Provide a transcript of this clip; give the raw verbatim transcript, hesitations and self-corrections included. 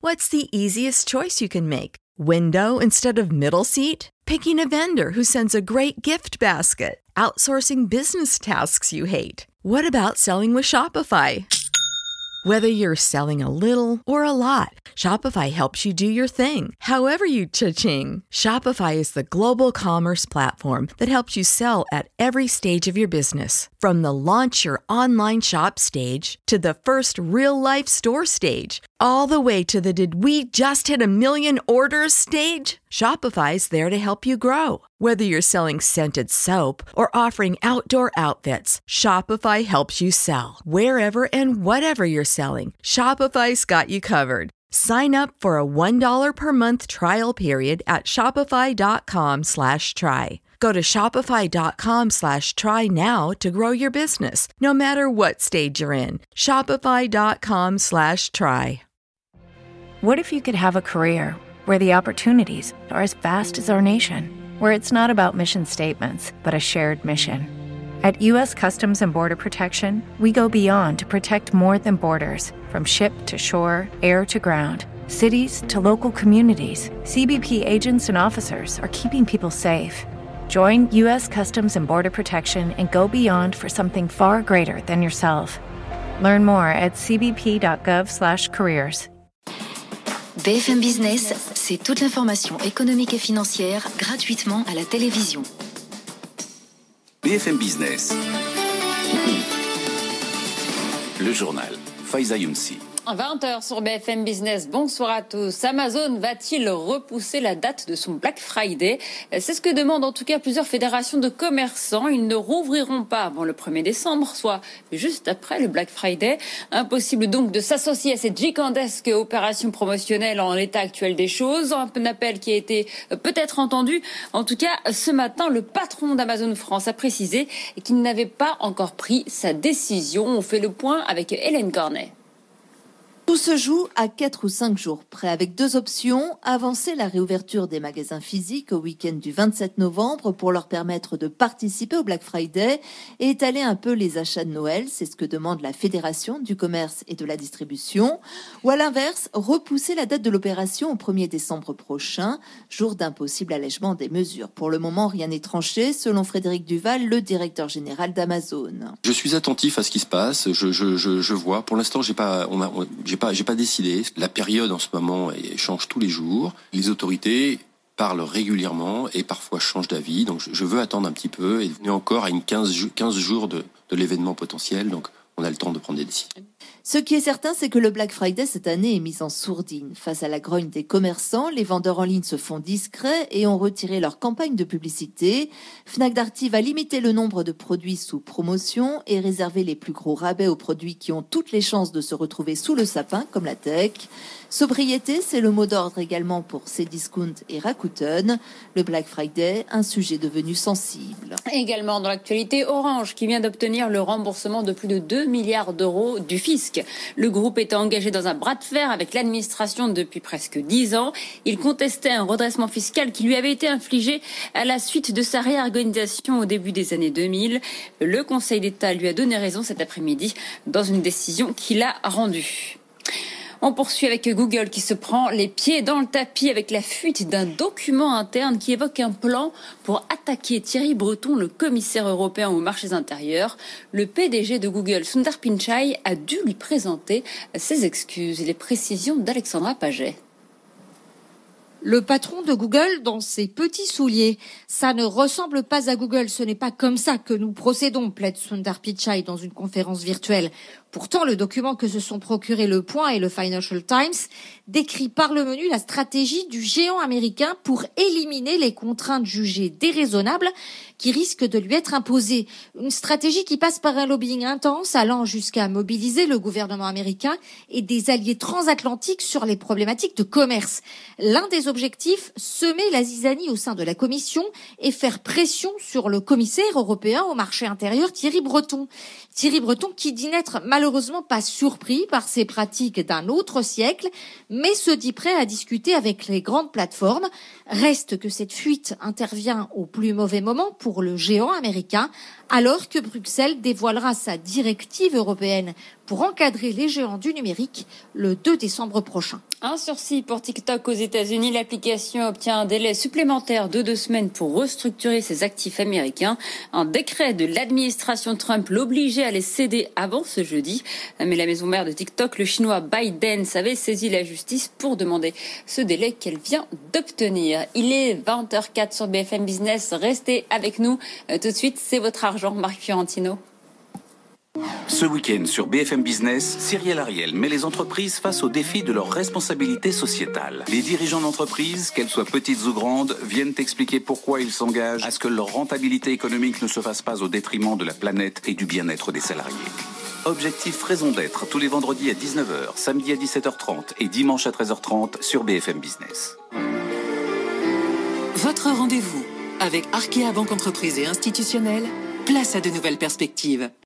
What's the easiest choice you can make? Window instead of middle seat? Picking a vendor who sends a great gift basket? Outsourcing business tasks you hate? What about selling with Shopify? Whether you're selling a little or a lot, Shopify helps you do your thing, however you cha-ching. Shopify is the global commerce platform that helps you sell at every stage of your business. From the launch your online shop stage to the first real-life store stage, all the way to the did we just hit a million orders stage. Shopify's there to help you grow. Whether you're selling scented soap or offering outdoor outfits, Shopify helps you sell. Wherever and whatever you're selling, Shopify's got you covered. Sign up for a one dollar per month trial period at shopify.com slash try. Go to shopify.com slash try now to grow your business, no matter what stage you're in. Shopify.com slash try. What if you could have a career where the opportunities are as vast as our nation, where it's not about mission statements, but a shared mission? At U S Customs and Border Protection, we go beyond to protect more than borders. From ship to shore, air to ground, cities to local communities, C B P agents and officers are keeping people safe. Join U S Customs and Border Protection and go beyond for something far greater than yourself. Learn more at cbp.gov slash careers. B F M Business, c'est toute l'information économique et financière gratuitement à la télévision. B F M Business. Le journal. Faiza Younsi. vingt heures sur B F M Business. Bonsoir à tous. Amazon va-t-il repousser la date de son Black Friday? C'est ce que demandent en tout cas plusieurs fédérations de commerçants. Ils ne rouvriront pas avant le premier décembre, soit juste après le Black Friday. Impossible donc de s'associer à cette gigantesque opération promotionnelle en l'état actuel des choses. Un appel qui a été peut-être entendu. En tout cas, ce matin, le patron d'Amazon France a précisé qu'il n'avait pas encore pris sa décision. On fait le point avec Hélène Cornet. Tout se joue à quatre ou cinq jours près, avec deux options. Avancer la réouverture des magasins physiques au week-end du vingt-sept novembre pour leur permettre de participer au Black Friday et étaler un peu les achats de Noël. C'est ce que demande la Fédération du commerce et de la distribution. Ou à l'inverse, repousser la date de l'opération au premier décembre prochain, jour d'un possible allègement des mesures. Pour le moment, rien n'est tranché, selon Frédéric Duval, le directeur général d'Amazon. Je suis attentif à ce qui se passe. Je, je, je, je vois. Pour l'instant, j'ai pas, on a, on, j'ai pas, j'ai pas décidé. La période en ce moment elle change tous les jours. Les autorités parlent régulièrement et parfois changent d'avis. Donc je, je veux attendre un petit peu et on est encore à une quinze, quinze jours de, de l'événement potentiel. Donc on a le temps de prendre des décisions. Ce qui est certain, c'est que le Black Friday cette année est mis en sourdine. Face à la grogne des commerçants, les vendeurs en ligne se font discrets et ont retiré leur campagne de publicité. Fnac Darty va limiter le nombre de produits sous promotion et réserver les plus gros rabais aux produits qui ont toutes les chances de se retrouver sous le sapin, comme la tech. Sobriété, c'est le mot d'ordre également pour Cdiscount et Rakuten. Le Black Friday, un sujet devenu sensible. Également dans l'actualité, Orange qui vient d'obtenir le remboursement de plus de deux milliards d'euros du fisc. Le groupe était engagé dans un bras de fer avec l'administration depuis presque dix ans. Il contestait un redressement fiscal qui lui avait été infligé à la suite de sa réorganisation au début des années deux mille. Le Conseil d'État lui a donné raison cet après-midi dans une décision qu'il a rendue. On poursuit avec Google qui se prend les pieds dans le tapis avec la fuite d'un document interne qui évoque un plan pour attaquer Thierry Breton, le commissaire européen aux marchés intérieurs. Le P D G de Google, Sundar Pichai, a dû lui présenter ses excuses et les précisions d'Alexandra Paget. Le patron de Google dans ses petits souliers. Ça ne ressemble pas à Google, ce n'est pas comme ça que nous procédons, plaide Sundar Pichai dans une conférence virtuelle. Pourtant, le document que se sont procuré Le Point et le Financial Times décrit par le menu la stratégie du géant américain pour éliminer les contraintes jugées déraisonnables qui risquent de lui être imposées. Une stratégie qui passe par un lobbying intense allant jusqu'à mobiliser le gouvernement américain et des alliés transatlantiques sur les problématiques de commerce. L'un des objectifs, semer la zizanie au sein de la Commission et faire pression sur le commissaire européen au marché intérieur Thierry Breton. Thierry Breton qui dit n'être malheureusement pas surpris par ces pratiques d'un autre siècle, mais se dit prêt à discuter avec les grandes plateformes. Reste que cette fuite intervient au plus mauvais moment pour le géant américain, alors que Bruxelles dévoilera sa directive européenne pour encadrer les géants du numérique le deux décembre prochain. Un sursis pour TikTok aux États-Unis. L'application obtient un délai supplémentaire de deux semaines pour restructurer ses actifs américains. Un décret de l'administration Trump l'obligeait à les céder avant ce jeudi. Mais la maison mère de TikTok, le chinois ByteDance, avait saisi la justice pour demander ce délai qu'elle vient d'obtenir. Il est vingt heures zéro quatre sur B F M Business. Restez avec nous. Tout de suite, c'est votre argent, Marc Fiorentino. Ce week-end sur B F M Business, Cyrielle Ariel met les entreprises face au défi de leur responsabilité sociétale. Les dirigeants d'entreprises, qu'elles soient petites ou grandes, viennent expliquer pourquoi ils s'engagent à ce que leur rentabilité économique ne se fasse pas au détriment de la planète et du bien-être des salariés. Objectif raison d'être tous les vendredis à dix-neuf heures, samedi à dix-sept heures trente et dimanche à treize heures trente sur B F M Business. Votre rendez-vous avec Arkea Banque Entreprise et Institutionnelle, place à de nouvelles perspectives.